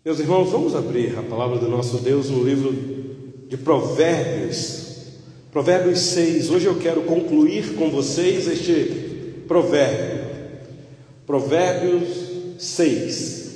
Meus irmãos, vamos abrir a palavra do nosso Deus no livro de Provérbios, Provérbios 6. Hoje eu quero concluir com vocês este provérbio, Provérbios 6.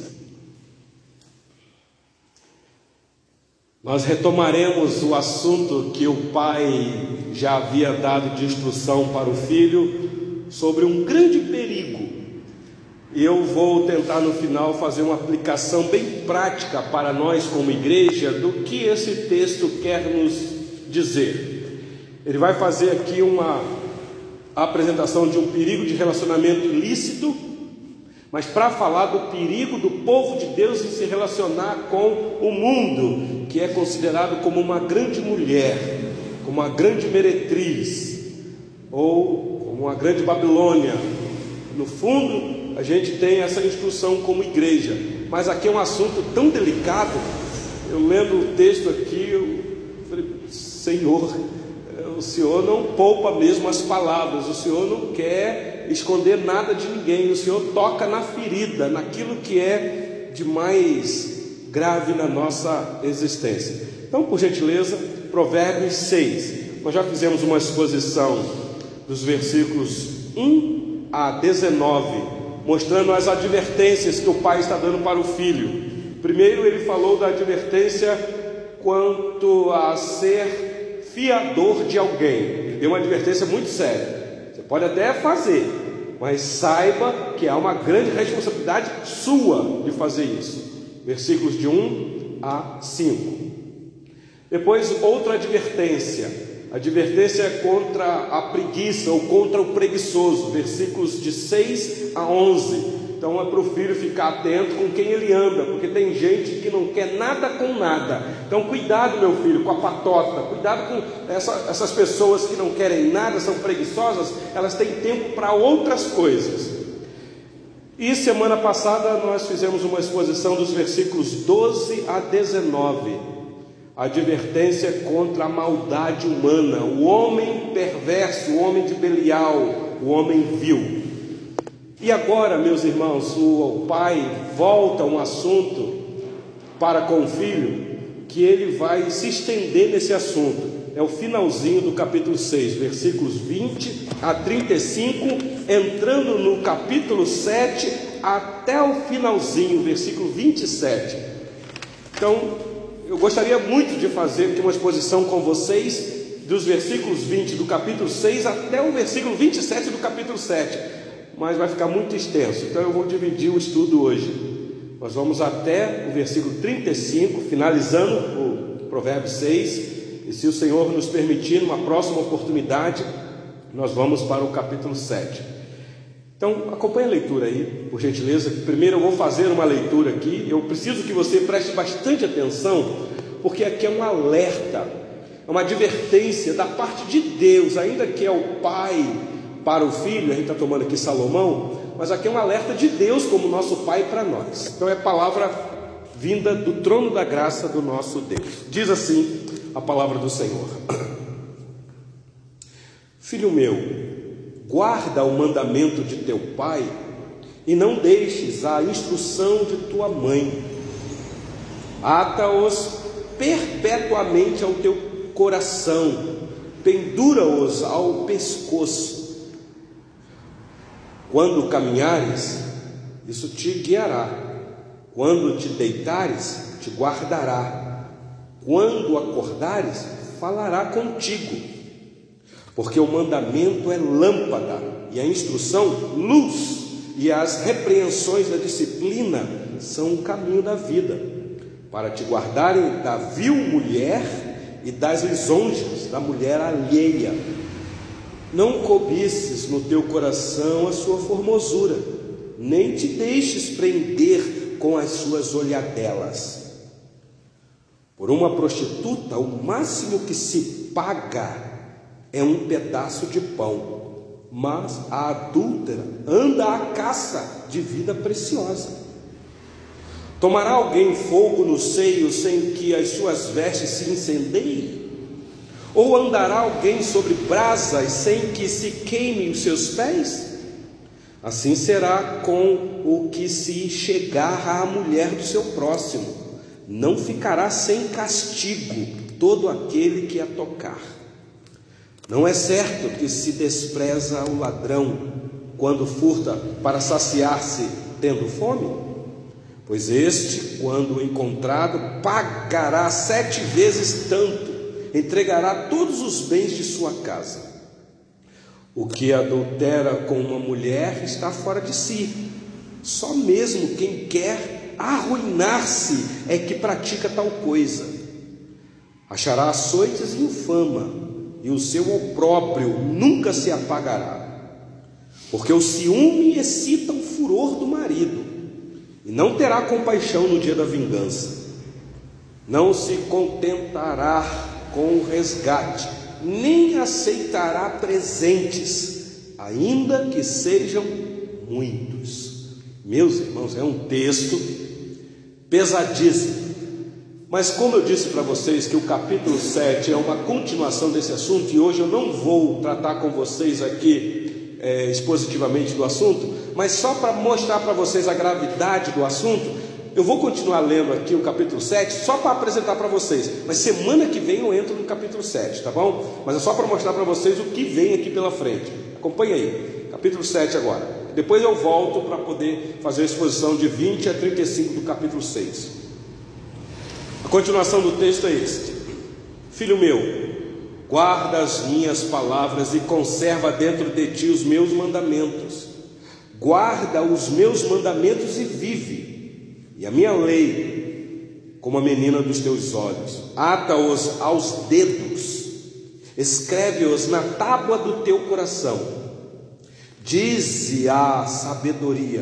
Nós retomaremos o assunto que o pai já havia dado de instrução para o filho sobre um grande perigo. E eu vou tentar no final fazer uma aplicação bem prática para nós como igreja do que esse texto quer nos dizer. Ele vai fazer aqui uma apresentação de um perigo de relacionamento ilícito, mas para falar do perigo do povo de Deus em se relacionar com o mundo, que é considerado como uma grande mulher, como uma grande meretriz, ou como uma grande Babilônia. No fundo, a gente tem essa instrução como igreja, mas aqui é um assunto tão delicado. Eu lendo o texto aqui, eu falei: Senhor, o Senhor não poupa mesmo as palavras, o Senhor não quer esconder nada de ninguém, o Senhor toca na ferida, naquilo que é de mais grave na nossa existência. Então, por gentileza, Provérbios 6, nós já fizemos uma exposição dos versículos 1 a 19, mostrando as advertências que o pai está dando para o filho. Primeiro ele falou da advertência quanto a ser fiador de alguém. Ele deu uma advertência muito séria. Você pode até fazer, mas saiba que há uma grande responsabilidade sua de fazer isso. Versículos de 1 a 5. Depois outra advertência contra a preguiça ou contra o preguiçoso, versículos de 6 a 11. Então é para o filho ficar atento com quem ele anda, porque tem gente que não quer nada com nada. Então cuidado, meu filho, com a patota, cuidado com essas pessoas que não querem nada, são preguiçosas, elas têm tempo para outras coisas. E semana passada nós fizemos uma exposição dos versículos 12 a 19, a advertência contra a maldade humana, o homem perverso, o homem de Belial, o homem vil. E agora, meus irmãos, o pai volta um assunto para com o filho, que ele vai se estender nesse assunto. É o finalzinho do capítulo 6, versículos 20 a 35, entrando no capítulo 7 até o finalzinho, versículo 27. Então, eu gostaria muito de fazer aqui uma exposição com vocês dos versículos 20 do capítulo 6 até o versículo 27 do capítulo 7, mas vai ficar muito extenso, então eu vou dividir o estudo hoje. Nós vamos até o versículo 35, finalizando o Provérbios 6, e se o Senhor nos permitir, numa próxima oportunidade, nós vamos para o capítulo 7. Então, acompanhe a leitura aí, por gentileza. Primeiro eu vou fazer uma leitura aqui. Eu preciso que você preste bastante atenção, porque aqui é um alerta, é uma advertência da parte de Deus, ainda que é o pai para o filho. A gente está tomando aqui Salomão, mas aqui é um alerta de Deus como nosso pai para nós. Então é palavra vinda do trono da graça do nosso Deus. Diz assim a palavra do Senhor: Filho meu, guarda o mandamento de teu pai e não deixes a instrução de tua mãe. Ata-os perpetuamente ao teu coração, pendura-os ao pescoço. Quando caminhares, isso te guiará. Quando te deitares, te guardará. Quando acordares, falará contigo. Porque o mandamento é lâmpada e a instrução luz, e as repreensões da disciplina são o caminho da vida, para te guardarem da vil mulher e das lisonjas da mulher alheia. Não cobices no teu coração a sua formosura, nem te deixes prender com as suas olhadelas. Por uma prostituta, o máximo que se paga é um pedaço de pão, mas a adúltera anda à caça de vida preciosa. Tomará alguém fogo no seio sem que as suas vestes se incendeiem? Ou andará alguém sobre brasas sem que se queimem os seus pés? Assim será com o que se chegar à mulher do seu próximo. Não ficará sem castigo todo aquele que a tocar. Não é certo que se despreza o ladrão quando furta para saciar-se tendo fome? Pois este, quando encontrado, pagará 7 vezes tanto, entregará todos os bens de sua casa. O que adultera com uma mulher está fora de si. Só mesmo quem quer arruinar-se é que pratica tal coisa. Achará açoites e infama, e o seu opróbrio nunca se apagará. Porque o ciúme excita o furor do marido, e não terá compaixão no dia da vingança. Não se contentará com o resgate, nem aceitará presentes, ainda que sejam muitos. Meus irmãos, é um texto pesadíssimo. Mas como eu disse para vocês que o capítulo 7 é uma continuação desse assunto, e hoje eu não vou tratar com vocês aqui expositivamente do assunto, mas só para mostrar para vocês a gravidade do assunto, eu vou continuar lendo aqui o capítulo 7, só para apresentar para vocês, mas semana que vem eu entro no capítulo 7, tá bom? Mas é só para mostrar para vocês o que vem aqui pela frente. Acompanhe aí, capítulo 7 agora. Depois eu volto para poder fazer a exposição de 20 a 35 do capítulo 6. A continuação do texto é este: Filho meu, guarda as minhas palavras e conserva dentro de ti os meus mandamentos. Guarda os meus mandamentos e vive, e a minha lei como a menina dos teus olhos. Ata-os aos dedos, escreve-os na tábua do teu coração. Dize a sabedoria: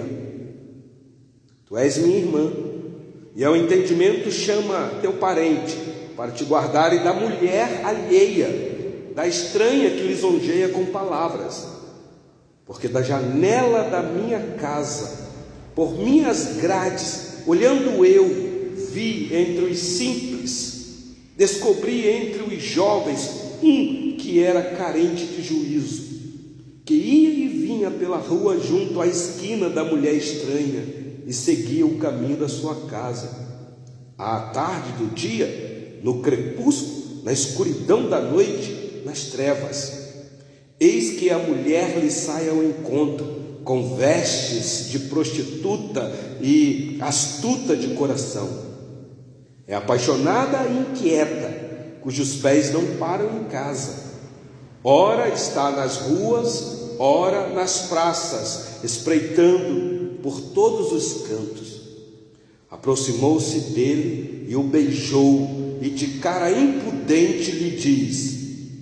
tu és minha irmã, e ao entendimento chama teu parente, para te guardarem da mulher alheia, da estranha que lisonjeia com palavras. Porque da janela da minha casa, por minhas grades, olhando eu, vi entre os simples, descobri entre os jovens um que era carente de juízo, que ia e vinha pela rua junto à esquina da mulher estranha e seguia o caminho da sua casa. À tarde do dia, no crepúsculo, na escuridão da noite, nas trevas, eis que a mulher lhe sai ao encontro, com vestes de prostituta e astuta de coração. É apaixonada e inquieta, cujos pés não param em casa. Ora está nas ruas, ora nas praças, espreitando por todos os cantos. Aproximou-se dele e o beijou, e de cara impudente lhe diz: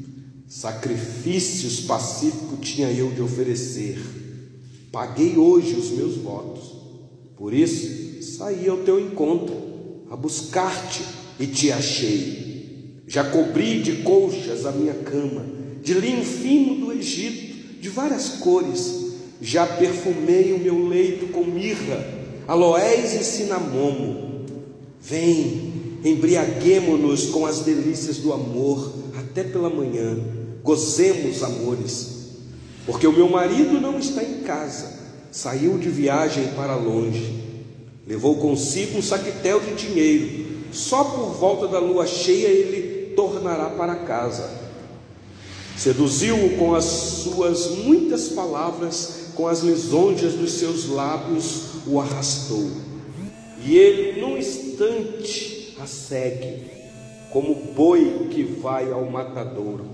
sacrifícios pacíficos tinha eu de oferecer, paguei hoje os meus votos. Por isso saí ao teu encontro, a buscar-te, e te achei. Já cobri de colchas a minha cama, de linho fino do Egito, de várias cores. Já perfumei o meu leito com mirra, aloés e cinamomo. Vem, embriaguemo-nos com as delícias do amor, até pela manhã. Gozemos, amores, porque o meu marido não está em casa, saiu de viagem para longe. Levou consigo um saquetel de dinheiro, só por volta da lua cheia ele tornará para casa. Seduziu-o com as suas muitas palavras, com as lisonjas dos seus lábios o arrastou, e ele num instante a segue, como boi que vai ao matadouro,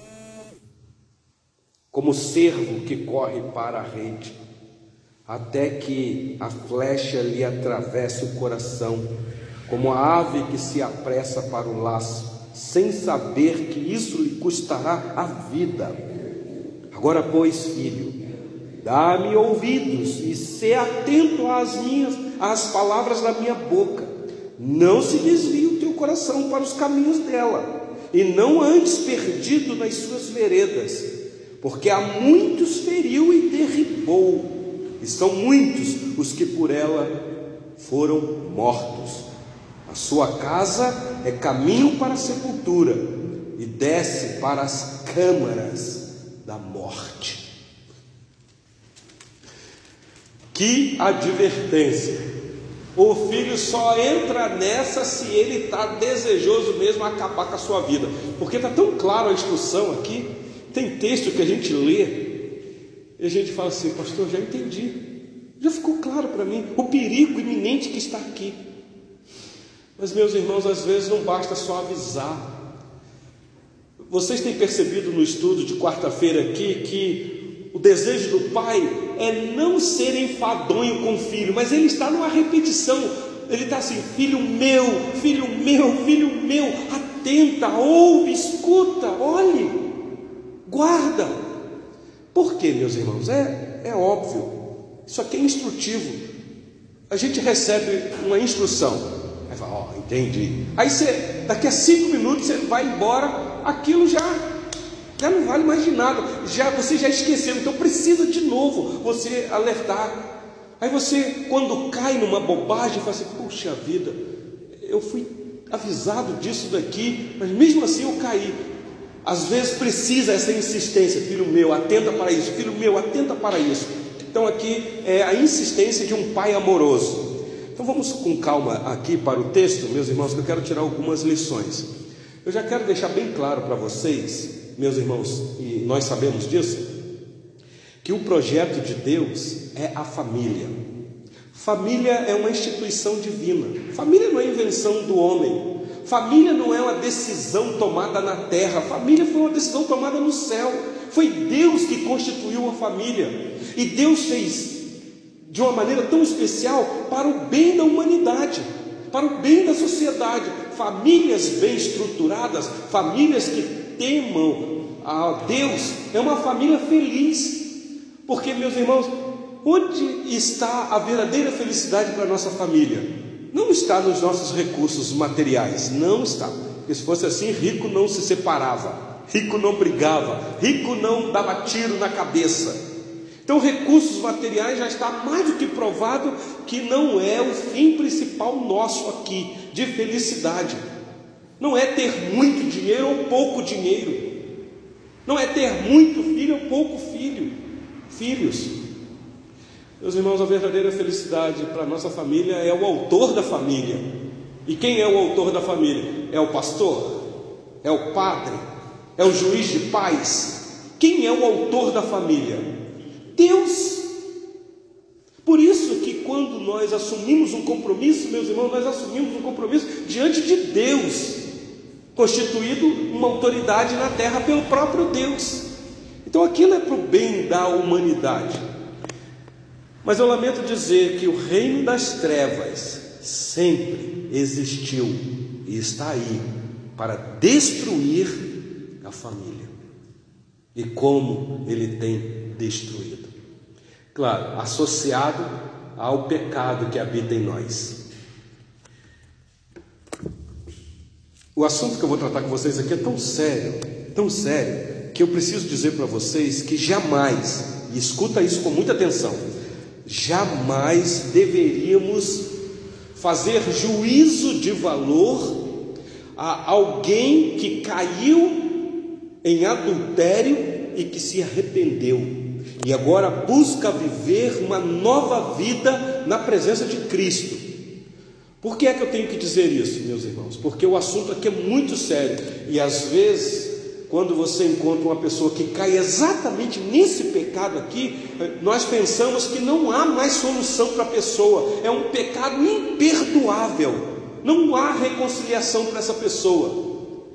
como cervo que corre para a rede, até que a flecha lhe atravesse o coração, como a ave que se apressa para o laço, sem saber que isso lhe custará a vida. Agora, pois, filho, dá-me ouvidos e sê atento às palavras da minha boca. Não se desvie o teu coração para os caminhos dela, e não andes perdido nas suas veredas, porque há muitos feriu e derribou, e são muitos os que por ela foram mortos. A sua casa é caminho para a sepultura, e desce para as câmaras da morte. Que advertência! O filho só entra nessa se ele está desejoso mesmo acabar com a sua vida, porque está tão claro a instrução aqui. Tem texto que a gente lê e a gente fala assim: pastor, já entendi, já ficou claro para mim o perigo iminente que está aqui. Mas, meus irmãos, às vezes não basta só avisar. Vocês têm percebido no estudo de quarta-feira aqui que o desejo do pai é não ser enfadonho com o filho, mas ele está numa repetição. Ele está assim: filho meu, filho meu, filho meu, atenta, ouve, escuta, olhe, guarda. Por quê, meus irmãos? É óbvio, isso aqui é instrutivo. A gente recebe uma instrução, aí fala: ó, entendi. Aí você, daqui a 5 minutos você vai embora, aquilo já não vale mais de nada, você já esqueceu. Então precisa de novo você alertar. Aí você, quando cai numa bobagem, fala assim: puxa vida, eu fui avisado disso daqui, mas mesmo assim eu caí. Às vezes precisa essa insistência: filho meu, atenta para isso, filho meu, atenta para isso. Então aqui é a insistência de um pai amoroso. Então vamos com calma aqui para o texto, meus irmãos, que eu quero tirar algumas lições. Eu já quero deixar bem claro para vocês, meus irmãos, e nós sabemos disso, que o projeto de Deus é a família. Família é uma instituição divina. Família não é invenção do homem. Família não é uma decisão tomada na terra. Família foi uma decisão tomada no céu. Foi Deus que constituiu a família. E Deus fez de uma maneira tão especial para o bem da humanidade, para o bem da sociedade. Famílias bem estruturadas, famílias que temam a Deus, é uma família feliz. Porque, meus irmãos, onde está a verdadeira felicidade para a nossa família? Não está nos nossos recursos materiais, não está. Porque se fosse assim, rico não se separava, rico não brigava, rico não dava tiro na cabeça. Então, recursos materiais já está mais do que provado que não é o fim principal nosso aqui, de felicidade. Não é ter muito dinheiro ou pouco dinheiro. Não é ter muito filho ou pouco filhos. Meus irmãos, a verdadeira felicidade para a nossa família é o autor da família. E quem é o autor da família? É o pastor? É o padre? É o juiz de paz? Quem é o autor da família? Deus. Por isso que quando nós assumimos um compromisso, meus irmãos, nós assumimos um compromisso diante de Deus, constituído uma autoridade na terra pelo próprio Deus. Então aquilo é para o bem da humanidade. Mas eu lamento dizer que o reino das trevas sempre existiu e está aí para destruir a família. E como ele tem destruído? Claro, associado ao pecado que habita em nós. O assunto que eu vou tratar com vocês aqui é tão sério, que eu preciso dizer para vocês que jamais, e escuta isso com muita atenção, jamais deveríamos fazer juízo de valor a alguém que caiu em adultério e que se arrependeu e agora busca viver uma nova vida na presença de Cristo. Por que é que eu tenho que dizer isso, meus irmãos? Porque o assunto aqui é muito sério e às vezes, quando você encontra uma pessoa que cai exatamente nesse pecado aqui, nós pensamos que não há mais solução para a pessoa, é um pecado imperdoável, não há reconciliação para essa pessoa.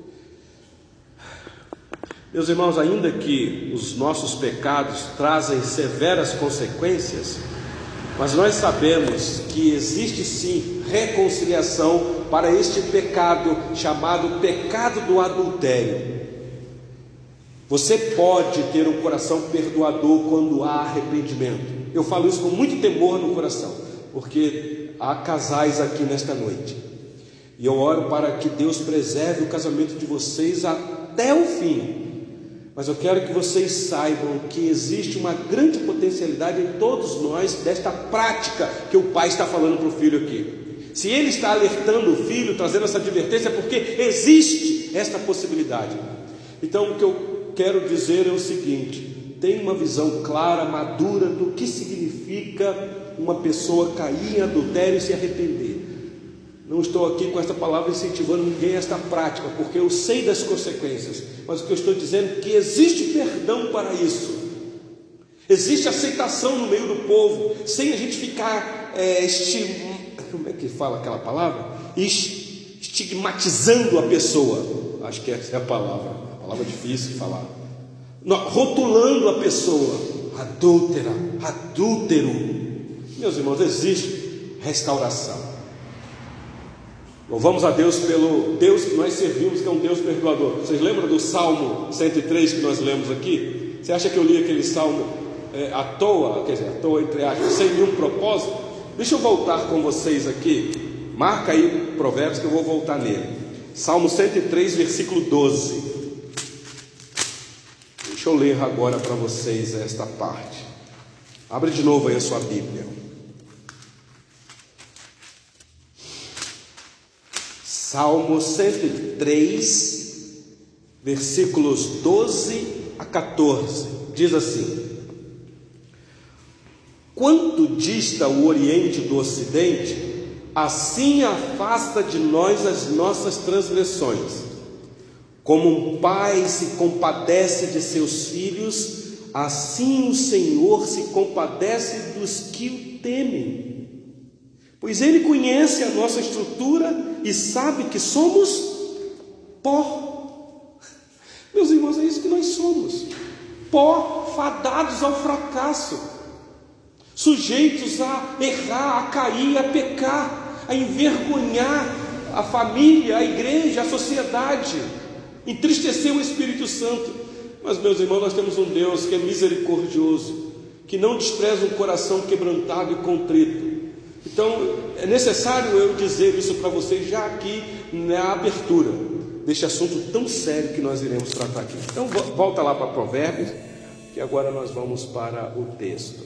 Meus irmãos, ainda que os nossos pecados trazem severas consequências, mas nós sabemos que existe sim reconciliação para este pecado chamado pecado do adultério. Você pode ter um coração perdoador quando há arrependimento. Eu falo isso com muito temor no coração, porque há casais aqui nesta noite, e eu oro para que Deus preserve o casamento de vocês até o fim. Mas eu quero que vocês saibam que existe uma grande potencialidade em todos nós desta prática que o pai está falando para o filho aqui. Se ele está alertando o filho, trazendo essa advertência, é porque existe esta possibilidade. Então o que eu quero dizer é o seguinte: tenha uma visão clara, madura do que significa uma pessoa cair em adultério e se arrepender. Não estou aqui com esta palavra incentivando ninguém a esta prática, porque eu sei das consequências, mas o que eu estou dizendo é que existe perdão para isso. Existe aceitação no meio do povo, sem a gente ficar, como é que fala aquela palavra? Estigmatizando a pessoa. Acho que essa é a palavra difícil de falar. Rotulando a pessoa, adúltera, adúltero. Meus irmãos, existe restauração. Louvamos a Deus pelo Deus que nós servimos, que é um Deus perdoador. Vocês lembram do Salmo 103 que nós lemos aqui? Você acha que eu li aquele Salmo à toa, quer dizer, à toa entre aspas, sem nenhum propósito? Deixa eu voltar com vocês aqui. Marca aí Provérbios que eu vou voltar nele. Salmo 103, versículo 12. Deixa eu ler agora para vocês esta parte. Abre de novo aí a sua Bíblia. Salmo 103, versículos 12 a 14. Diz assim: quanto dista o Oriente do Ocidente, assim afasta de nós as nossas transgressões. Como um pai se compadece de seus filhos, assim o Senhor se compadece dos que o temem. Pois Ele conhece a nossa estrutura e sabe que somos pó. Meus irmãos, é isso que nós somos: pó, fadados ao fracasso, sujeitos a errar, a cair, a pecar, a envergonhar a família, a igreja, a sociedade, entristecer o Espírito Santo. Mas, meus irmãos, nós temos um Deus que é misericordioso, que não despreza um coração quebrantado e contrito. Então é necessário eu dizer isso para vocês já aqui na abertura deste assunto tão sério que nós iremos tratar aqui. Então volta lá para Provérbios, que agora nós vamos para o texto.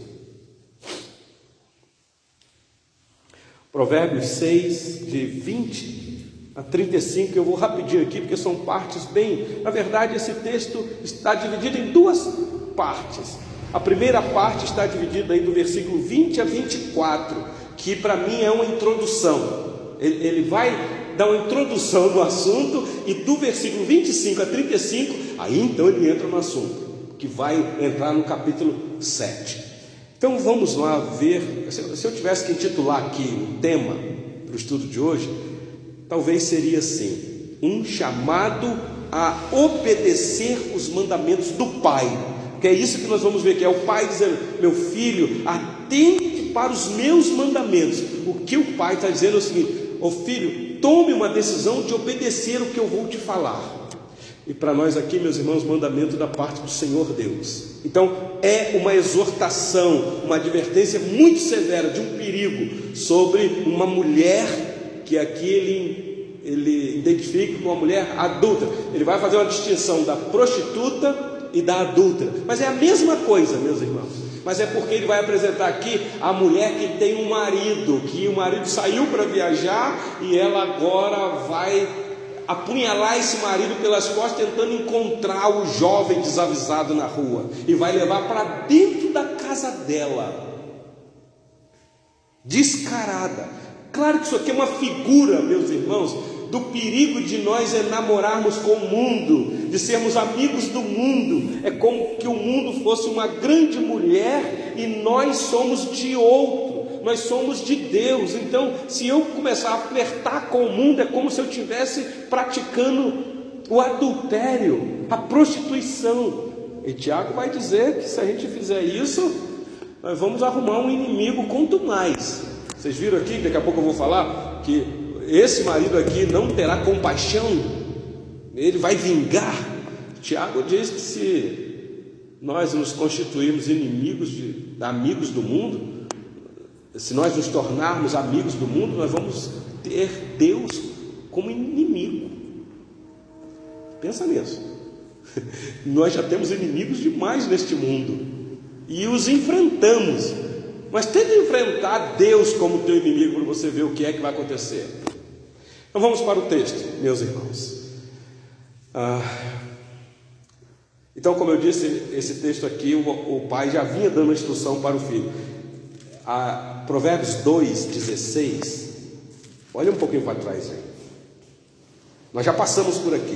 Provérbios 6, de 20 a 35, eu vou rapidinho aqui, porque são partes bem... Na verdade, esse texto está dividido em duas partes. A primeira parte está dividida aí do versículo 20 a 24, que para mim é uma introdução. Ele vai dar uma introdução do assunto, e do versículo 25 a 35, aí então ele entra no assunto, que vai entrar no capítulo 7. Então vamos lá ver. Se eu tivesse que intitular aqui um tema para o estudo de hoje, talvez seria assim: um chamado a obedecer os mandamentos do Pai. Que é isso que nós vamos ver, que é o Pai dizendo: meu filho, atente para os meus mandamentos. O que o Pai está dizendo é o seguinte: ô filho, tome uma decisão de obedecer o que eu vou te falar. E para nós aqui, meus irmãos, mandamento da parte do Senhor Deus. Então é uma exortação, uma advertência muito severa de um perigo sobre uma mulher, que aqui ele identifica como uma mulher adulta. Ele vai fazer uma distinção da prostituta e da adúltera, mas é a mesma coisa, meus irmãos. Mas é porque ele vai apresentar aqui a mulher que tem um marido, que o marido saiu para viajar e ela agora vai apunhalar esse marido pelas costas, tentando encontrar o jovem desavisado na rua, e vai levar para dentro da casa dela, descarada. Claro que isso aqui é uma figura, meus irmãos, do perigo de nós namorarmos com o mundo, de sermos amigos do mundo. É como que o mundo fosse uma grande mulher e nós somos de outro, nós somos de Deus. Então, se eu começar a flertar com o mundo, é como se eu estivesse praticando o adultério, a prostituição. E Tiago vai dizer que se a gente fizer isso, nós vamos arrumar um inimigo quanto mais. Vocês viram aqui, daqui a pouco eu vou falar, que esse marido aqui não terá compaixão, ele vai vingar. Tiago diz que se nós nos constituirmos amigos do mundo, se nós nos tornarmos amigos do mundo, nós vamos ter Deus como inimigo. Pensa nisso. Nós já temos inimigos demais neste mundo e os enfrentamos. Mas tenta enfrentar Deus como teu inimigo para você ver o que é que vai acontecer. Então vamos para o texto, meus irmãos. Então, como eu disse, esse texto aqui, o pai já vinha dando instrução para o filho. Provérbios 2,16. Olha um pouquinho para trás aí. Nós já passamos por aqui.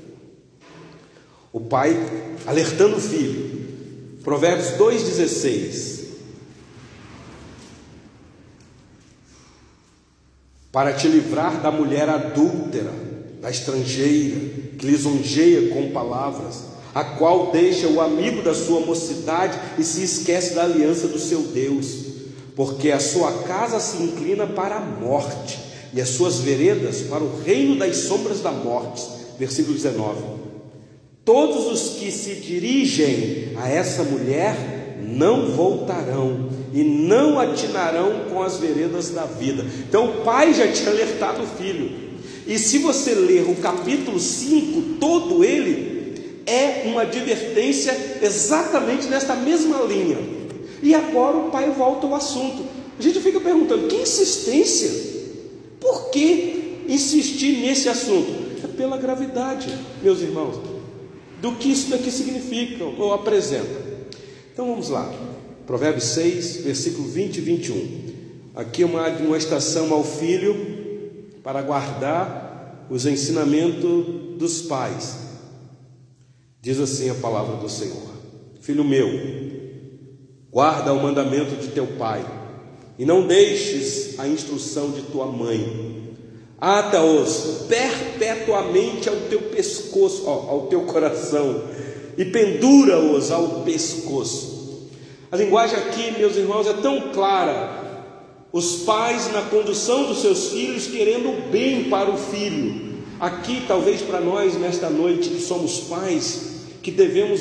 O pai alertando o filho. Provérbios 2,16. Para te livrar da mulher adúltera, da estrangeira, que lisonjeia com palavras, a qual deixa o amigo da sua mocidade e se esquece da aliança do seu Deus, porque a sua casa se inclina para a morte, e as suas veredas para o reino das sombras da morte. Versículo 19. Todos os que se dirigem a essa mulher não voltarão e não atinarão com as veredas da vida. Então o pai já tinha alertado o filho. E se você ler o capítulo 5, todo ele é uma advertência exatamente nesta mesma linha. E agora o pai volta ao assunto. A gente fica perguntando, que insistência? Por que insistir nesse assunto? É pela gravidade, meus irmãos, do que isso daqui significa ou apresenta. Então vamos lá, Provérbios 6, versículo 20 e 21. Aqui uma estação ao filho para guardar os ensinamentos dos pais. Diz assim a palavra do Senhor: filho meu, guarda o mandamento de teu pai, e não deixes a instrução de tua mãe. Ata-os perpetuamente ao teu pescoço, ao teu coração, e pendura-os ao pescoço. A linguagem aqui, meus irmãos, é tão clara. Os pais na condução dos seus filhos, querendo o bem para o filho. Aqui, talvez para nós, nesta noite, que somos pais, que devemos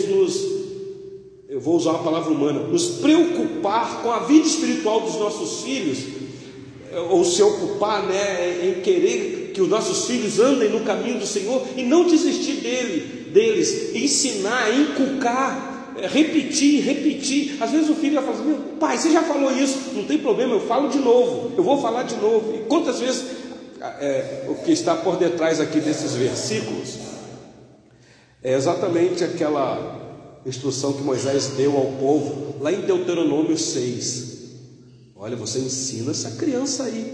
eu vou usar uma palavra humana, nos preocupar com a vida espiritual dos nossos filhos, ou se ocupar, em querer que os nossos filhos andem no caminho do Senhor e não desistir deles, ensinar, inculcar, repetir. Às vezes o filho vai falar assim: meu pai, você já falou isso, não tem problema, eu falo de novo, eu vou falar de novo. E quantas vezes o que está por detrás aqui desses versículos é exatamente aquela instrução que Moisés deu ao povo lá em Deuteronômio 6. Olha, você ensina essa criança aí,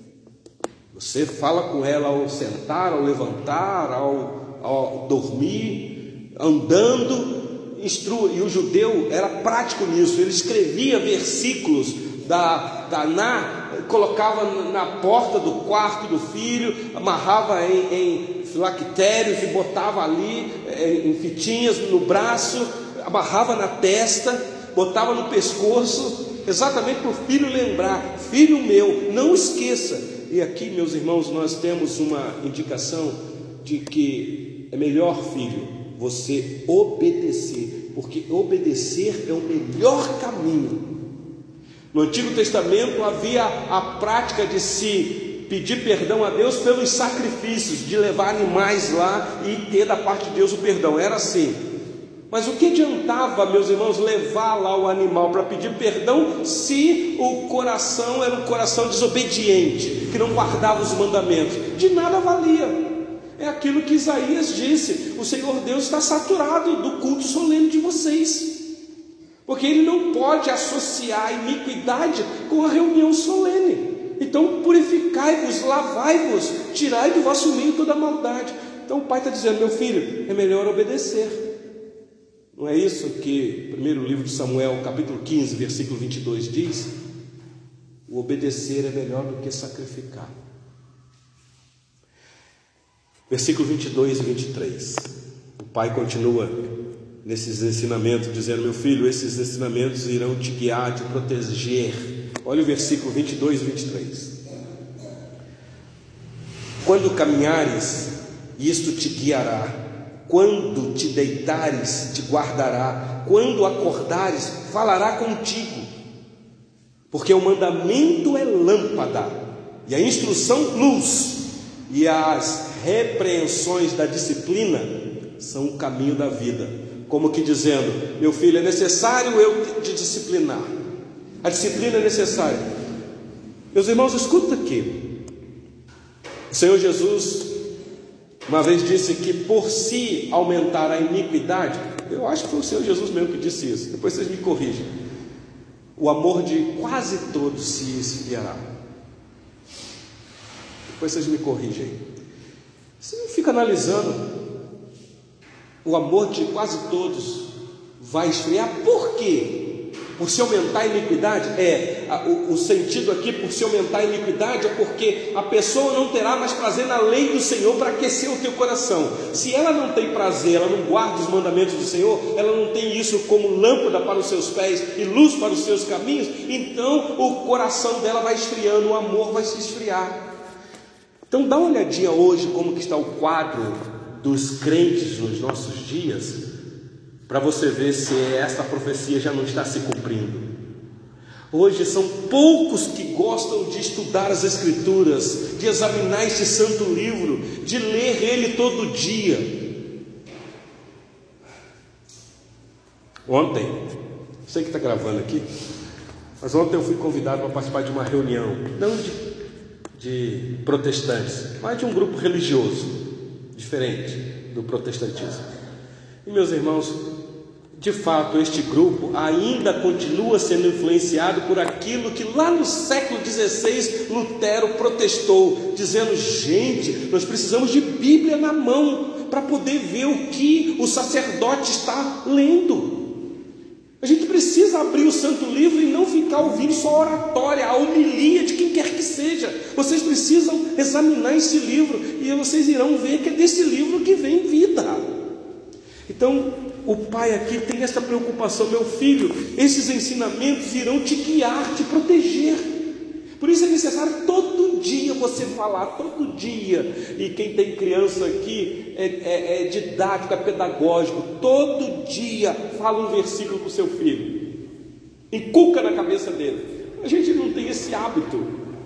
você fala com ela ao sentar, ao levantar, ao dormir, andando, instrua. E o judeu era prático nisso, ele escrevia versículos colocava na porta do quarto do filho, amarrava em filactérios e botava ali em fitinhas no braço, amarrava na testa, botava no pescoço, exatamente para o filho lembrar: filho meu, não esqueça. E aqui, meus irmãos, nós temos uma indicação de que é melhor, filho, você obedecer, porque obedecer é o melhor caminho. No Antigo Testamento havia a prática de se pedir perdão a Deus pelos sacrifícios, de levar animais lá e ter da parte de Deus o perdão, era assim. Mas o que adiantava, meus irmãos, levar lá o animal para pedir perdão, se o coração era um coração desobediente, que não guardava os mandamentos? De nada valia. É aquilo que Isaías disse: o Senhor Deus está saturado do culto solene de vocês, porque Ele não pode associar a iniquidade com a reunião solene. Então purificai-vos, lavai-vos, tirai do vosso meio toda a maldade. Então o pai está dizendo: meu filho, é melhor obedecer. Não é isso que o primeiro livro de Samuel, capítulo 15, versículo 22 diz? O obedecer é melhor do que sacrificar. Versículo 22 e 23. O pai continua nesses ensinamentos, dizendo: meu filho, esses ensinamentos irão te guiar, te proteger. Olha o versículo 22 e 23. Quando caminhares, isto te guiará. Quando te deitares, te guardará. Quando acordares, falará contigo. Porque o mandamento é lâmpada, e a instrução luz, e as repreensões da disciplina são o caminho da vida. Como que dizendo: meu filho, é necessário eu te disciplinar. A disciplina é necessária. Meus irmãos, escuta aqui. O Senhor Jesus uma vez disse que por se aumentar a iniquidade, eu acho que foi o Senhor Jesus mesmo que disse isso, depois vocês me corrigem, o amor de quase todos se esfriará. Depois vocês me corrigem. Você não fica analisando, o amor de quase todos vai esfriar. Por quê? Por se aumentar a iniquidade? O sentido aqui, por se aumentar a iniquidade, é porque a pessoa não terá mais prazer na lei do Senhor para aquecer o teu coração. Se ela não tem prazer, ela não guarda os mandamentos do Senhor, ela não tem isso como lâmpada para os seus pés e luz para os seus caminhos, então o coração dela vai esfriando, o amor vai se esfriar. Então dá uma olhadinha hoje como que está o quadro dos crentes nos nossos dias, para você ver se esta profecia já não está se cumprindo. Hoje são poucos que gostam de estudar as Escrituras, de examinar este santo livro, de ler ele todo dia. Ontem, sei que está gravando aqui, mas ontem eu fui convidado para participar de uma reunião, não de protestantes, mas de um grupo religioso, diferente do protestantismo. E meus irmãos, de fato este grupo ainda continua sendo influenciado por aquilo que lá no século XVI Lutero protestou, dizendo: gente, nós precisamos de Bíblia na mão para poder ver o que o sacerdote está lendo. A gente precisa abrir o santo livro e não ficar ouvindo só a oratória, a homilia de quem quer que seja. Vocês precisam examinar esse livro e vocês irão ver que é desse livro que vem vida. Então, o pai aqui tem essa preocupação: meu filho, esses ensinamentos irão te guiar, te proteger. Por isso é necessário todo dia você falar, todo dia. E quem tem criança aqui é didático, é pedagógico. Todo dia fala um versículo para o seu filho, inculca na cabeça dele. A gente não tem esse hábito.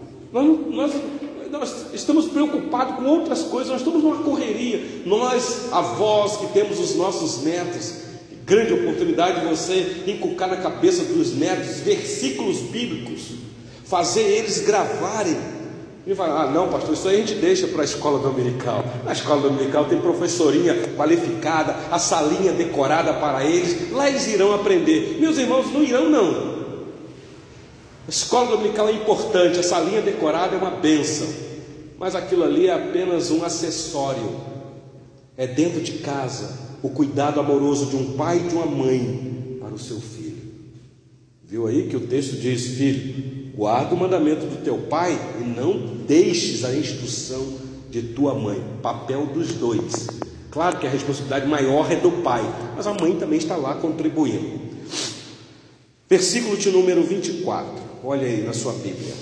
Nós estamos preocupados com outras coisas, nós estamos numa correria. Nós, avós que temos os nossos netos, grande oportunidade de você inculcar na cabeça dos netos versículos bíblicos, fazer eles gravarem. E vai: não, pastor, isso aí a gente deixa para a escola dominical. Na escola dominical tem professorinha qualificada, a salinha decorada para eles, lá eles irão aprender. Meus irmãos, não irão não. A escola dominical é importante, a salinha decorada é uma bênção, mas aquilo ali é apenas um acessório. É dentro de casa o cuidado amoroso de um pai e de uma mãe para o seu filho. Viu aí que o texto diz: filho, guarda o mandamento do teu pai e não deixes a instrução de tua mãe. Papel dos dois. Claro que a responsabilidade maior é do pai, mas a mãe também está lá contribuindo. Versículo de número 24. Olha aí na sua Bíblia.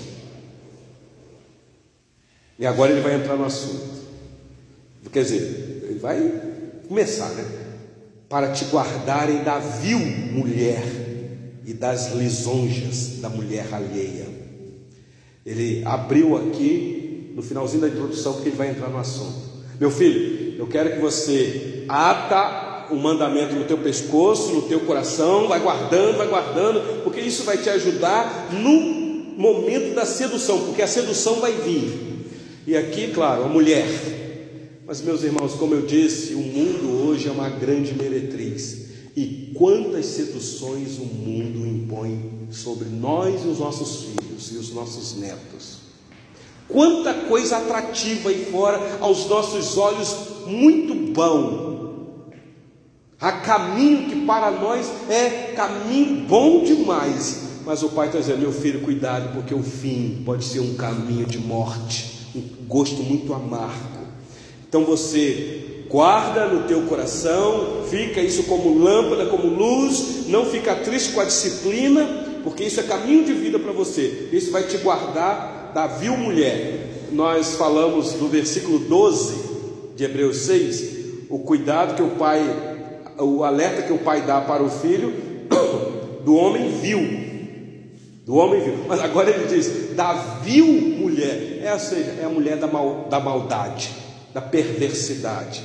E agora ele vai entrar no assunto. Quer dizer, ele vai começar, né? Para te guardarem da vil mulher e das lisonjas da mulher alheia. Ele abriu aqui no finalzinho da introdução, porque ele vai entrar no assunto. Meu filho, eu quero que você ata o mandamento no teu pescoço, no teu coração, vai guardando, porque isso vai te ajudar no momento da sedução, porque a sedução vai vir. E aqui, claro, a mulher. Mas meus irmãos, como eu disse, o mundo hoje é uma grande meretriz. E quantas seduções o mundo impõe sobre nós e os nossos filhos e os nossos netos. Quanta coisa atrativa aí fora aos nossos olhos, muito bom. Há caminho que para nós é caminho bom demais, mas o pai está dizendo: meu filho, cuidado, porque o fim pode ser um caminho de morte, um gosto muito amargo. Então você guarda no teu coração, fica isso como lâmpada, como luz, não fica triste com a disciplina, porque isso é caminho de vida para você. Isso vai te guardar da vil mulher. Nós falamos no versículo 12 de Hebreus 6, o cuidado que o pai, o alerta que o pai dá para o filho do homem vil. Do homem vil. Mas agora ele diz: da vil mulher. Ou seja, é a mulher da maldade, da perversidade,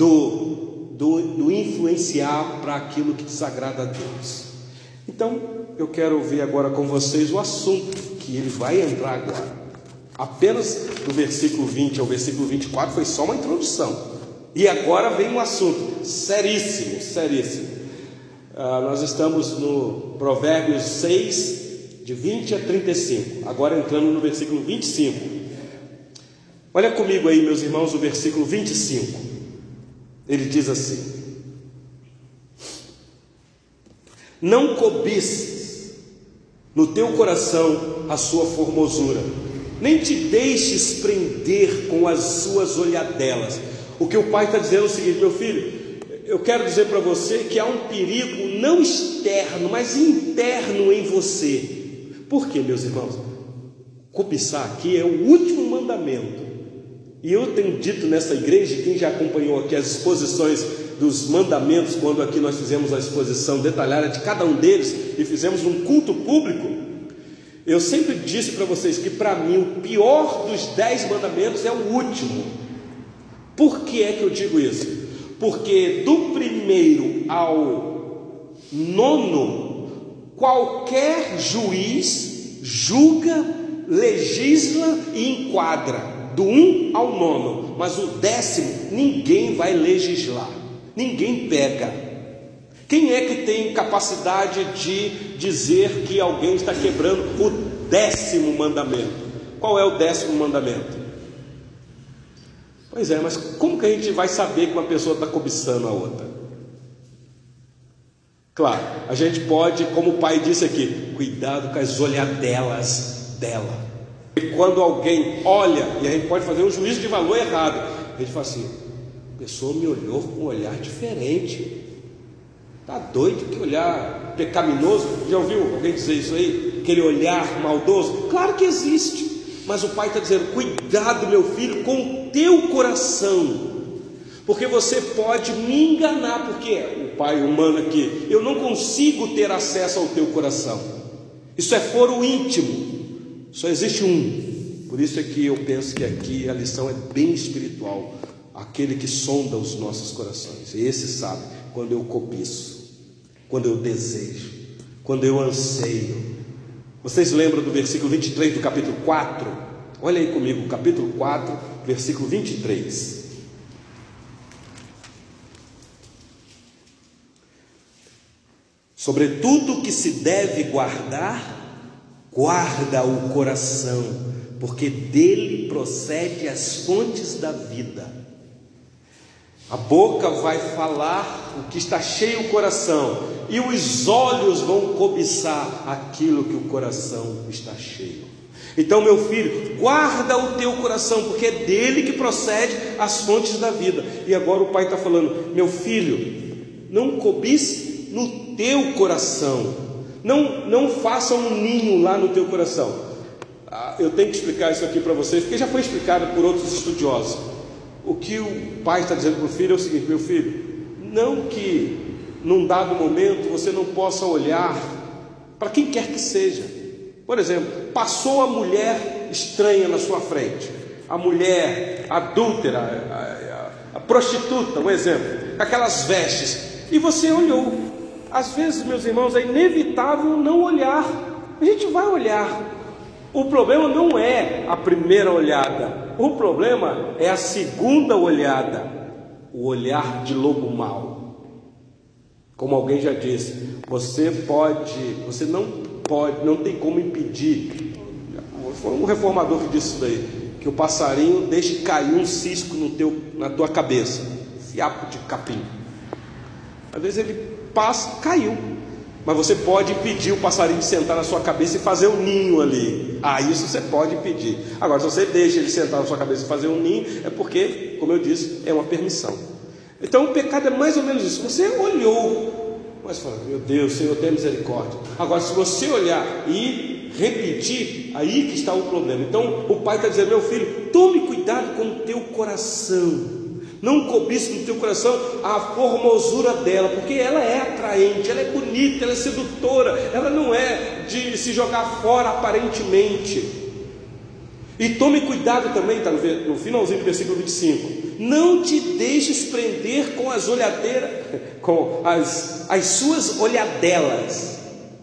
do influenciar para aquilo que desagrada a Deus. Então, eu quero ver agora com vocês o assunto que ele vai entrar agora. Apenas do versículo 20 ao versículo 24 foi só uma introdução. E agora vem um assunto seríssimo, seríssimo. Nós estamos no Provérbios 6, de 20 a 35, agora entrando no versículo 25. Olha comigo aí, meus irmãos, o versículo 25. Ele diz assim: não cobices no teu coração a sua formosura, nem te deixes prender com as suas olhadelas. O que o pai está dizendo é o seguinte: meu filho, eu quero dizer para você que há um perigo não externo, mas interno em você. Por quê, meus irmãos? Cobiçar aqui é o último mandamento. E eu tenho dito nessa igreja, quem já acompanhou aqui as exposições dos mandamentos, quando aqui nós fizemos a exposição detalhada de cada um deles e fizemos um culto público, eu sempre disse para vocês que para mim o pior dos 10 mandamentos é o último. Por que é que eu digo isso? Porque do primeiro ao 9, qualquer juiz julga, legisla e enquadra, do 1 ao 9, mas o 10º ninguém vai legislar, ninguém pega. Quem é que tem capacidade de dizer que alguém está quebrando o 10º mandamento? Qual é o 10º mandamento? Pois é, mas como que a gente vai saber que uma pessoa está cobiçando a outra? Claro, a gente pode, como o pai disse aqui, cuidado com as olhadelas dela. E quando alguém olha, e a gente pode fazer um juízo de valor errado, a gente fala assim: a pessoa me olhou com um olhar diferente. Está doido? Que olhar pecaminoso? Já ouviu alguém dizer isso aí? Aquele olhar maldoso? Claro que existe. Mas o pai está dizendo: cuidado, meu filho, com o teu coração, porque você pode me enganar. Porque o pai humano aqui, eu não consigo ter acesso ao teu coração. Isso é foro íntimo. Só existe um. Por isso é que eu penso que aqui a lição é bem espiritual. Aquele que sonda os nossos corações, esse sabe quando eu cobiço, quando eu desejo, quando eu anseio. Vocês lembram do versículo 23 do capítulo 4? Olha aí comigo, capítulo 4, versículo 23. Sobretudo que se deve guardar, guarda o coração, porque dele procede as fontes da vida. A boca vai falar o que está cheio o coração, e os olhos vão cobiçar aquilo que o coração está cheio. Então, meu filho, guarda o teu coração, porque é dele que procede as fontes da vida. E agora o pai está falando: meu filho, não cobice no teu coração. Não faça um ninho lá no teu coração. Eu tenho que explicar isso aqui para vocês, porque já foi explicado por outros estudiosos. O que o pai está dizendo para o filho é o seguinte: meu filho, não que num dado momento você não possa olhar para quem quer que seja. Por exemplo, passou a mulher estranha na sua frente, a mulher adúltera, a prostituta, um exemplo, com aquelas vestes, e você olhou. Às vezes, meus irmãos, é inevitável não olhar. A gente vai olhar. O problema não é a primeira olhada, o problema é a segunda olhada, o olhar de lobo mau. Como alguém já disse, você não tem como impedir. Foi um reformador que disse isso daí, que o passarinho deixe cair um cisco na tua cabeça, fiapo de capim. Às vezes ele passa, caiu, mas você pode impedir o passarinho de sentar na sua cabeça e fazer um ninho ali. Isso você pode impedir. Agora, se você deixa ele sentar na sua cabeça e fazer um ninho, é porque, como eu disse, é uma permissão. Então o pecado é mais ou menos isso. Você olhou, mas fala: meu Deus, Senhor, tenha misericórdia. Agora, se você olhar e repetir, aí que está o problema. Então o pai está dizendo: meu filho, tome cuidado com o teu coração. Não cobice no teu coração a formosura dela, porque ela é atraente, ela é bonita, ela é sedutora, ela não é de se jogar fora aparentemente. E tome cuidado também, está no finalzinho do versículo 25: não te deixes prender com as olhadeiras, com as suas olhadelas.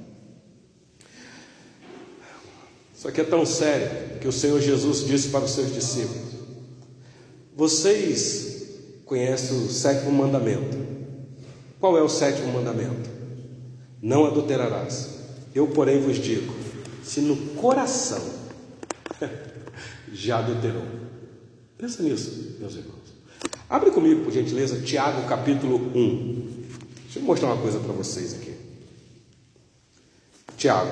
Isso aqui é tão sério que o Senhor Jesus disse para os seus discípulos: vocês conhecem o 7º mandamento. Qual é o 7º mandamento? Não adulterarás. Eu, porém, vos digo: se no coração já adulterou. Pensa nisso, meus irmãos. Abre comigo, por gentileza, Tiago capítulo 1. Deixa eu mostrar uma coisa para vocês aqui. Tiago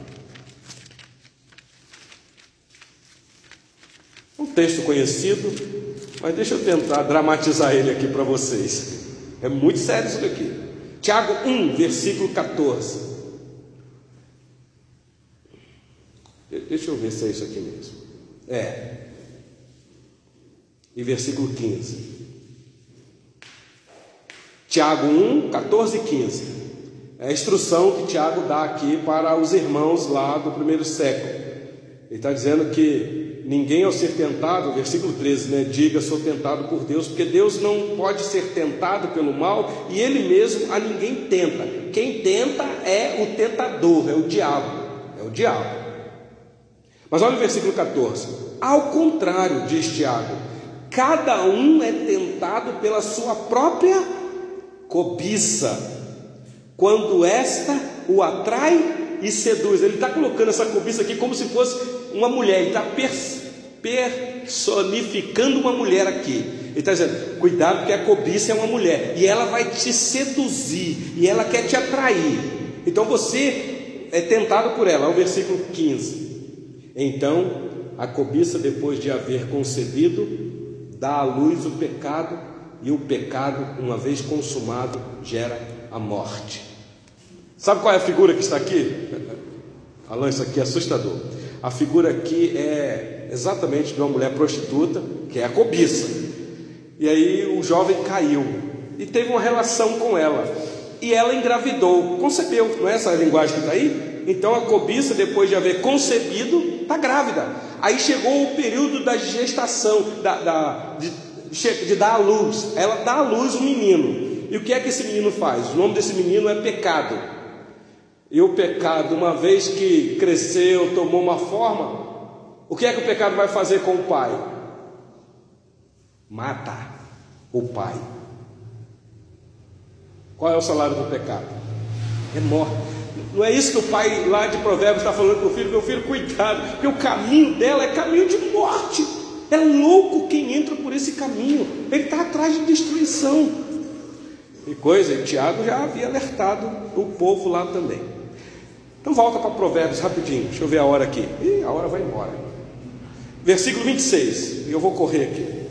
1. Um texto conhecido, mas deixa eu tentar dramatizar ele aqui para vocês. É muito sério isso daqui. Tiago 1, versículo 14. Deixa eu ver se é isso aqui mesmo. E versículo 15. Tiago 1, 14 e 15. É a instrução que Tiago dá aqui para os irmãos lá do primeiro século. Ele está dizendo que ninguém ao ser tentado, versículo 13, né? Diga, sou tentado por Deus, porque Deus não pode ser tentado pelo mal, e Ele mesmo a ninguém tenta. Quem tenta é o tentador, é o diabo. É o diabo. Mas olha o versículo 14. Ao contrário, diz Tiago, cada um é tentado pela sua própria cobiça, quando esta o atrai e seduz. Ele está colocando essa cobiça aqui como se fosse uma mulher. Ele está personificando uma mulher aqui. Ele está dizendo, cuidado, porque a cobiça é uma mulher, e ela vai te seduzir, e ela quer te atrair. Então você é tentado por ela. Olha o versículo 15. Então a cobiça, depois de haver concebido, dá à luz o pecado, e o pecado, uma vez consumado, gera a morte. Sabe qual é a figura que está aqui? Alan, isso aqui é assustador. A figura aqui é exatamente de uma mulher prostituta, que é a cobiça. E aí o jovem caiu e teve uma relação com ela, e ela engravidou, concebeu. Não é essa a linguagem que está aí? Então a cobiça, depois de haver concebido, está grávida. Aí chegou o período da gestação, de dar à luz. Ela dá à luz um menino. E o que é que esse menino faz? O nome desse menino é pecado. E o pecado, uma vez que cresceu, tomou uma forma, o que é que o pecado vai fazer com o pai? Mata o pai. Qual é o salário do pecado? É morte. Não é isso que o pai lá de Provérbios está falando para o filho? Meu filho, cuidado, porque o caminho dela é caminho de morte. É louco quem entra por esse caminho. Ele está atrás de destruição. E coisa, e Tiago já havia alertado o povo lá também. Então volta para Provérbios rapidinho. Deixa eu ver a hora aqui. Ih, a hora vai embora. Versículo 26. Eu vou correr aqui.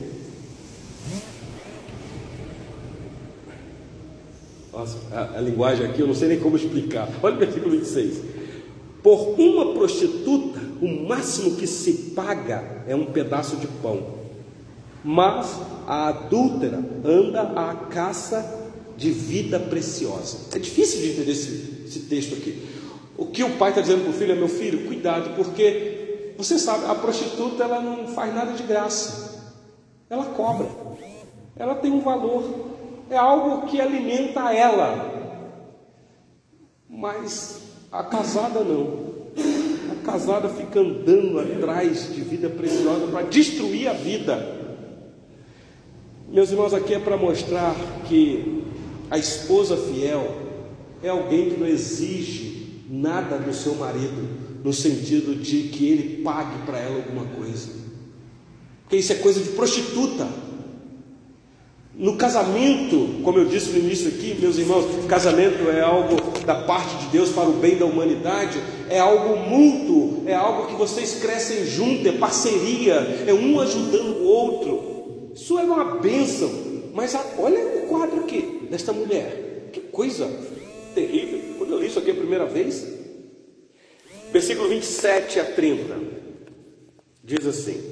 Nossa, a linguagem aqui eu não sei nem como explicar. Olha o versículo 26. Por uma prostituta, o máximo que se paga é um pedaço de pão, mas a adúltera anda à caça de vida preciosa. É difícil de entender esse texto aqui. O que o pai está dizendo para o filho é: meu filho, cuidado, porque você sabe, a prostituta ela não faz nada de graça, ela cobra, ela tem um valor, é algo que alimenta ela, mas a casada não. A casada fica andando atrás de vida preciosa para destruir a vida. Meus irmãos, aqui é para mostrar que a esposa fiel é alguém que não exige nada do seu marido, no sentido de que ele pague para ela alguma coisa, porque isso é coisa de prostituta. No casamento, como eu disse no início aqui, meus irmãos, casamento é algo da parte de Deus para o bem da humanidade, é algo mútuo, é algo que vocês crescem juntos, é parceria, é um ajudando o outro. Isso é uma bênção. Mas olha o quadro aqui desta mulher, que coisa terrível. Quando eu li isso aqui a primeira vez, versículo 27 a 30, diz assim.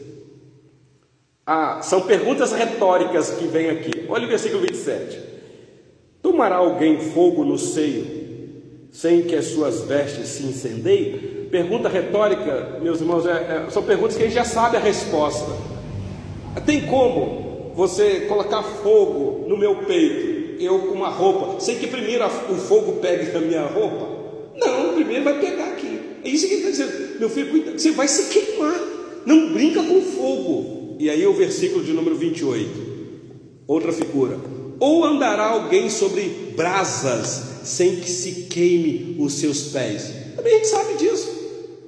São perguntas retóricas que vem aqui. Olha o versículo 27. Tomará alguém fogo no seio, sem que as suas vestes se incendeiem? Pergunta retórica, meus irmãos, são perguntas que a gente já sabe a resposta. Tem como você colocar fogo no meu peito, eu com uma roupa, sem que primeiro o fogo pegue na minha roupa? Não, primeiro vai pegar aqui. É isso que ele está dizendo. Meu filho, cuida, você vai se queimar. Não brinca com fogo. E aí o versículo de número 28, outra figura. Ou andará alguém sobre brasas, sem que se queime os seus pés? Também a gente sabe disso.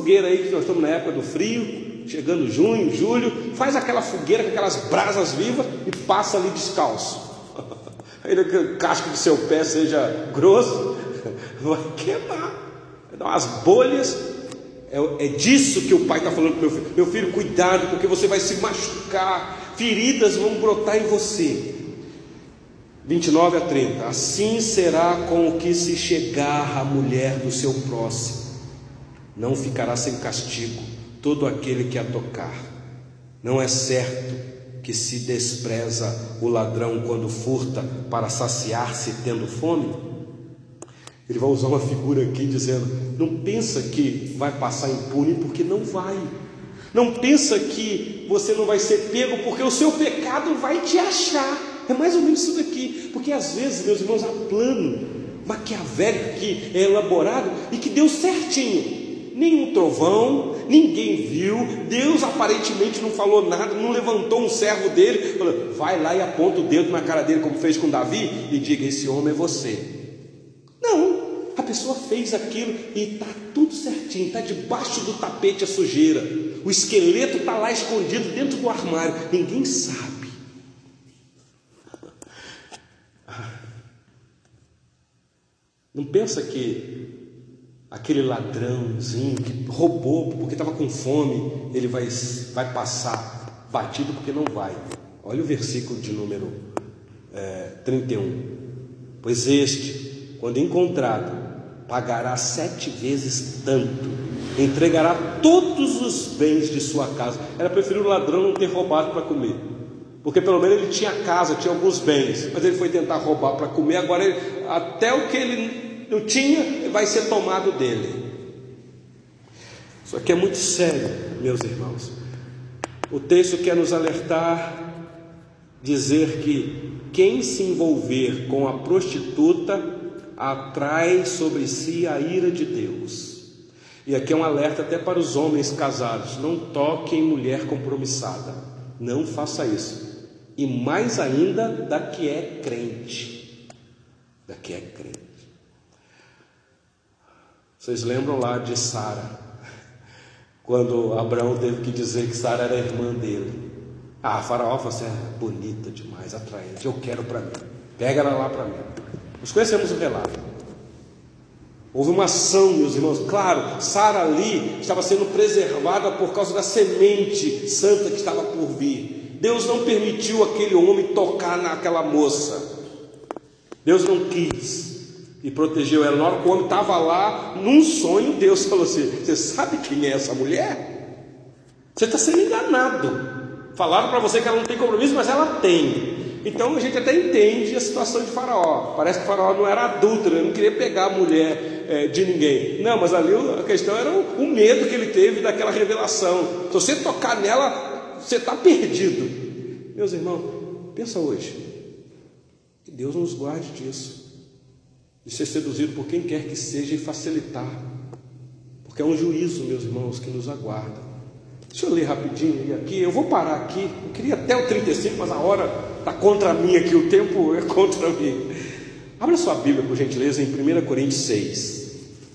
fogueira aí, que nós estamos na época do frio, chegando junho, julho, faz aquela fogueira com aquelas brasas vivas e passa ali descalço. Ainda que o casco do seu pé seja grosso, vai queimar, vai dar umas bolhas. É disso que o pai está falando para o meu filho. Meu filho, cuidado, porque você vai se machucar, feridas vão brotar em você. 29 a 30. Assim será com o que se chegar à mulher do seu próximo, não ficará sem castigo todo aquele que a tocar. Não é certo que se despreza o ladrão quando furta para saciar-se tendo fome? Ele vai usar uma figura aqui dizendo: não pensa que vai passar impune, porque não vai. Não pensa que você não vai ser pego, porque o seu pecado vai te achar. É mais ou menos isso daqui. Porque às vezes, meus irmãos, há plano maquiavélico que é elaborado e que deu certinho. Nenhum trovão, ninguém viu, Deus aparentemente não falou nada, não levantou um servo dele, falou: vai lá e aponta o dedo na cara dele, como fez com Davi, e diga: esse homem é você. Não, a pessoa fez aquilo e está tudo certinho, está debaixo do tapete a sujeira, o esqueleto está lá escondido dentro do armário, ninguém sabe. Não pensa que aquele ladrãozinho que roubou porque estava com fome, ele vai passar batido, porque não vai. Olha o versículo de número 31. Pois este, quando encontrado, pagará 7 vezes tanto, entregará todos os bens de sua casa. Era preferível o ladrão não ter roubado para comer, porque pelo menos ele tinha casa, tinha alguns bens, mas ele foi tentar roubar para comer. Agora até o que ele não tinha vai ser tomado dele. Isso aqui é muito sério, meus irmãos. O texto quer nos alertar, dizer que quem se envolver com a prostituta atrai sobre si a ira de Deus. E aqui é um alerta até para os homens casados: não toque em mulher compromissada, não faça isso. E mais ainda da que é crente, da que é crente. Vocês lembram lá de Sara, quando Abraão teve que dizer que Sara era a irmã dele? Faraó, você é bonita demais, atraente, eu quero para mim, pega ela lá para mim. Nós conhecemos o relato. Houve uma ação, meus irmãos. Claro, Sara ali estava sendo preservada por causa da semente santa que estava por vir. Deus não permitiu aquele homem tocar naquela moça. Deus não quis e protegeu ela. Na hora que o homem estava lá, num sonho, Deus falou assim: você sabe quem é essa mulher? Você está sendo enganado. Falaram para você que ela não tem compromisso, mas ela tem. Então a gente até entende a situação de Faraó. Parece que Faraó não era adúltero, não queria pegar a mulher de ninguém. Não, mas ali a questão era o medo que ele teve daquela revelação. Se você tocar nela, você está perdido. Meus irmãos, pensa hoje, que Deus nos guarde disso, de ser seduzido por quem quer que seja e facilitar, porque é um juízo, meus irmãos, que nos aguarda. Deixa eu ler rapidinho aqui, eu vou parar aqui. Eu queria até o 35, mas a hora está contra mim aqui, o tempo é contra mim. Abra sua Bíblia, por gentileza, em 1 Coríntios 6.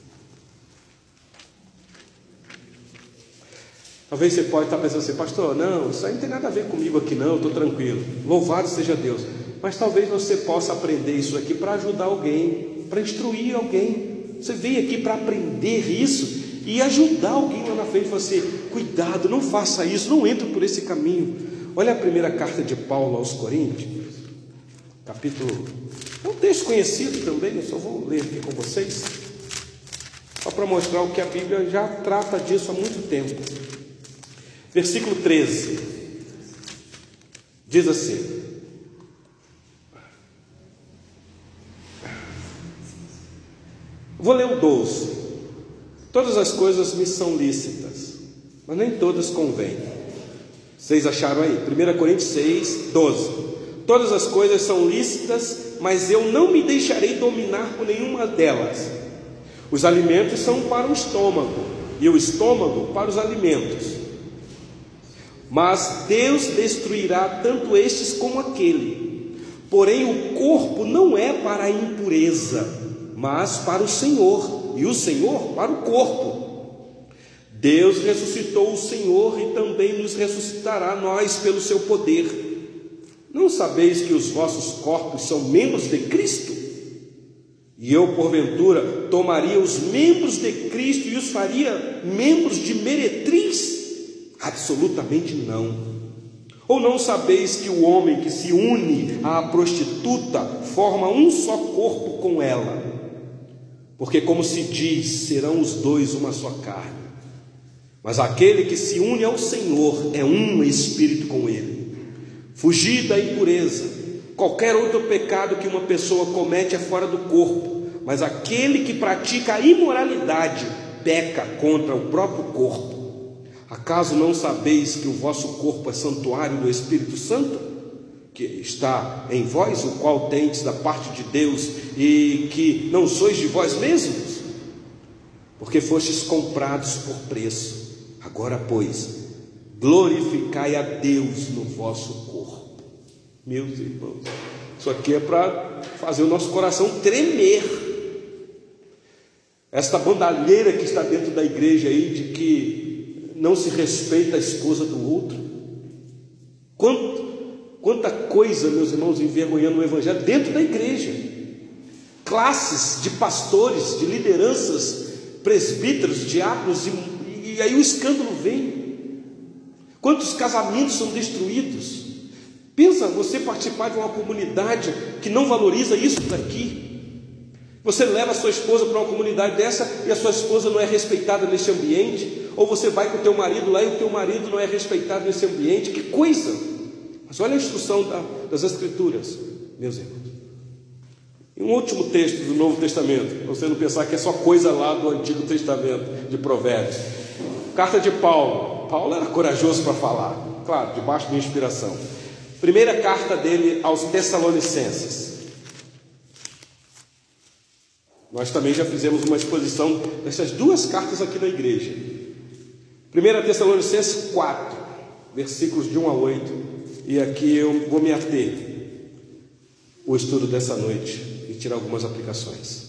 Talvez você pode estar pensando assim: pastor, não, isso aí não tem nada a ver comigo aqui não, eu estou tranquilo. Louvado seja Deus. Mas talvez você possa aprender isso aqui para ajudar alguém, para instruir alguém. Você veio aqui para aprender isso e ajudar alguém lá na frente. Você, cuidado, não faça isso, não entre por esse caminho. Olha a primeira carta de Paulo aos Coríntios, capítulo, é um texto conhecido também, eu só vou ler aqui com vocês, só para mostrar o que a Bíblia já trata disso há muito tempo. Versículo 13 diz assim: vou ler o 12. Todas as coisas me são lícitas, mas nem todas convêm. Vocês acharam aí? 1 Coríntios 6, 12. Todas as coisas são lícitas, mas eu não me deixarei dominar por nenhuma delas. Os alimentos são para o estômago, e o estômago para os alimentos. Mas Deus destruirá tanto estes como aquele. Porém o corpo não é para a impureza, mas para o Senhor, e o Senhor para o corpo. Deus ressuscitou o Senhor e também nos ressuscitará nós pelo seu poder. Não sabeis que os vossos corpos são membros de Cristo? E eu, porventura, tomaria os membros de Cristo e os faria membros de meretriz? Absolutamente não. Ou não sabeis que o homem que se une à prostituta forma um só corpo com ela? Porque, como se diz, serão os dois uma só carne. Mas aquele que se une ao Senhor é um espírito com Ele. Fugir da impureza. Qualquer outro pecado que uma pessoa comete é fora do corpo, mas aquele que pratica a imoralidade peca contra o próprio corpo. Acaso não sabeis que o vosso corpo é santuário do Espírito Santo, que está em vós, o qual tendes da parte de Deus, e que não sois de vós mesmos? Porque fostes comprados por preço. Agora, pois, glorificai a Deus no vosso corpo. Meus irmãos, isso aqui é para fazer o nosso coração tremer. Esta bandalheira que está dentro da igreja aí, de que não se respeita a esposa do outro. Quanta coisa, meus irmãos, envergonhando o evangelho dentro da igreja. Classes de pastores, de lideranças, presbíteros, diáconos, e aí o escândalo vem. Quantos casamentos são destruídos? Pensa você participar de uma comunidade que não valoriza isso daqui. Você leva a sua esposa para uma comunidade dessa e a sua esposa não é respeitada nesse ambiente. Ou você vai com o teu marido lá e o teu marido não é respeitado nesse ambiente. Que coisa! Mas olha a instrução das Escrituras, meus irmãos. E um último texto do Novo Testamento, para você não pensar que é só coisa lá do Antigo Testamento, de Provérbios. Carta de Paulo. Paulo era corajoso para falar, claro, debaixo de inspiração. Primeira carta dele aos Tessalonicenses. Nós também já fizemos uma exposição dessas duas cartas aqui na igreja. 1 Tessalonicenses 4, versículos de 1 a 8. E aqui eu vou me ater o estudo dessa noite e tirar algumas aplicações.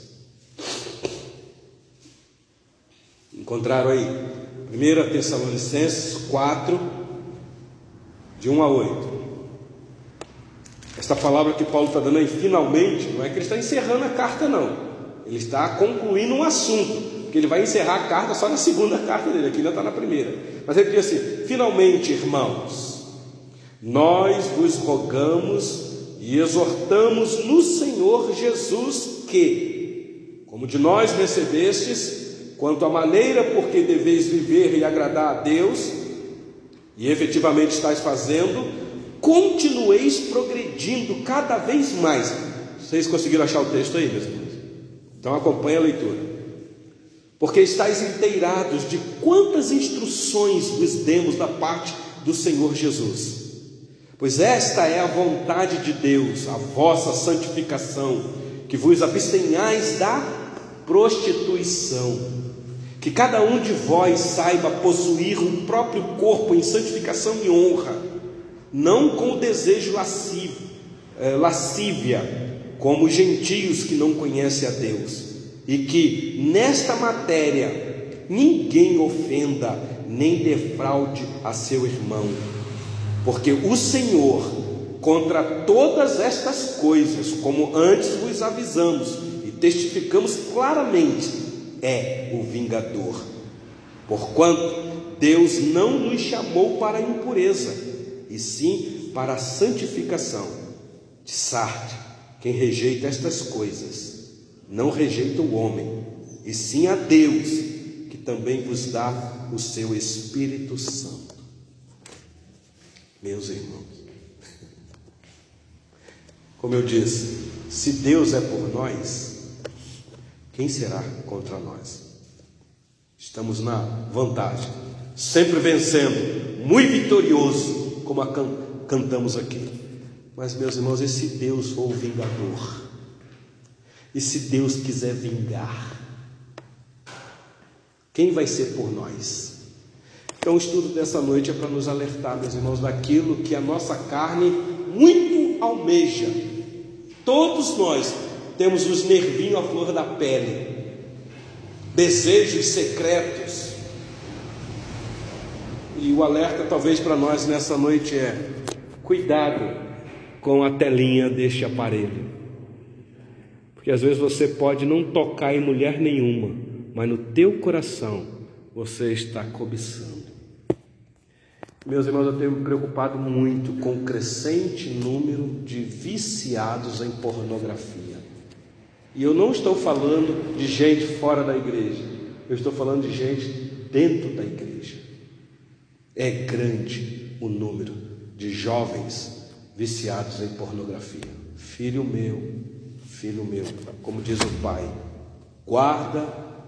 Encontraram aí? 1 Tessalonicenses 4, de 1 a 8. Esta palavra que Paulo está dando aí, finalmente, não é que ele está encerrando a carta, não. Ele está concluindo um assunto, porque ele vai encerrar a carta só na segunda carta dele, aqui ainda está na primeira. Mas ele diz assim: finalmente, irmãos, nós vos rogamos e exortamos no Senhor Jesus que, como de nós recebestes, quanto à maneira por que deveis viver e agradar a Deus, e efetivamente estáis fazendo, continueis progredindo cada vez mais. Vocês conseguiram achar o texto aí, meus irmãos? Então acompanhe a leitura. Porque estáis inteirados de quantas instruções vos demos da parte do Senhor Jesus. Pois esta é a vontade de Deus, a vossa santificação, que vos abstenhais da prostituição, que cada um de vós saiba possuir o próprio corpo em santificação e honra, não com o desejo lascívia, como os gentios que não conhecem a Deus, e que nesta matéria ninguém ofenda nem defraude a seu irmão, porque o Senhor, contra todas estas coisas, como antes vos avisamos e testificamos claramente, é o vingador. Porquanto Deus não nos chamou para a impureza, e sim para a santificação. De Sardes, quem rejeita estas coisas, não rejeita o homem, e sim a Deus, que também vos dá o seu Espírito Santo. Meus irmãos, como eu disse, se Deus é por nós, quem será contra nós? Estamos na vantagem, sempre vencendo, muito vitorioso, como cantamos aqui. Mas, meus irmãos, e se Deus for o vingador? E se Deus quiser vingar? Quem vai ser por nós? Então o estudo dessa noite é para nos alertar, meus irmãos, daquilo que a nossa carne muito almeja. Todos nós temos os nervinhos à flor da pele, desejos secretos, E o alerta talvez para nós nessa noite é: cuidado com a telinha deste aparelho, porque às vezes você pode não tocar em mulher nenhuma, mas no teu coração você está cobiçando. Meus irmãos, eu tenho me preocupado muito com o crescente número de viciados em pornografia. E eu não estou falando de gente fora da igreja, eu estou falando de gente dentro da igreja. É grande o número de jovens viciados em pornografia. Filho meu, como diz o pai, guarda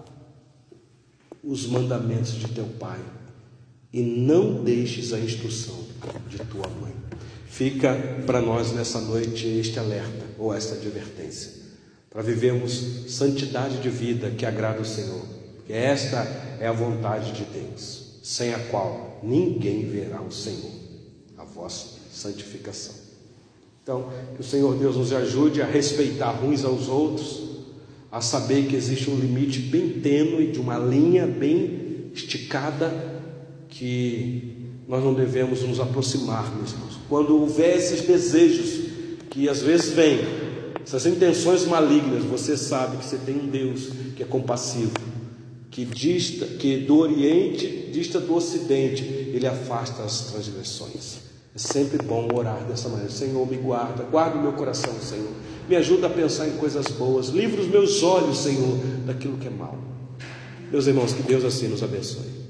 os mandamentos de teu pai e não deixes a instrução de tua mãe. Fica para nós nessa noite este alerta ou esta advertência, para vivermos santidade de vida que agrada o Senhor, porque esta é a vontade de Deus, sem a qual ninguém verá o Senhor, a vossa santificação. Então, que o Senhor Deus nos ajude a respeitar uns aos outros, a saber que existe um limite bem tênue, de uma linha bem esticada, que nós não devemos nos aproximar, meus irmãos. Quando houver esses desejos que às vezes vêm, essas intenções malignas, você sabe que você tem um Deus que é compassivo, que do Oriente dista do Ocidente, Ele afasta as transgressões. É sempre bom orar dessa maneira: Senhor, me guarda o meu coração, Senhor, me ajuda a pensar em coisas boas, livra os meus olhos, Senhor, daquilo que é mal. Meus irmãos, que Deus assim nos abençoe.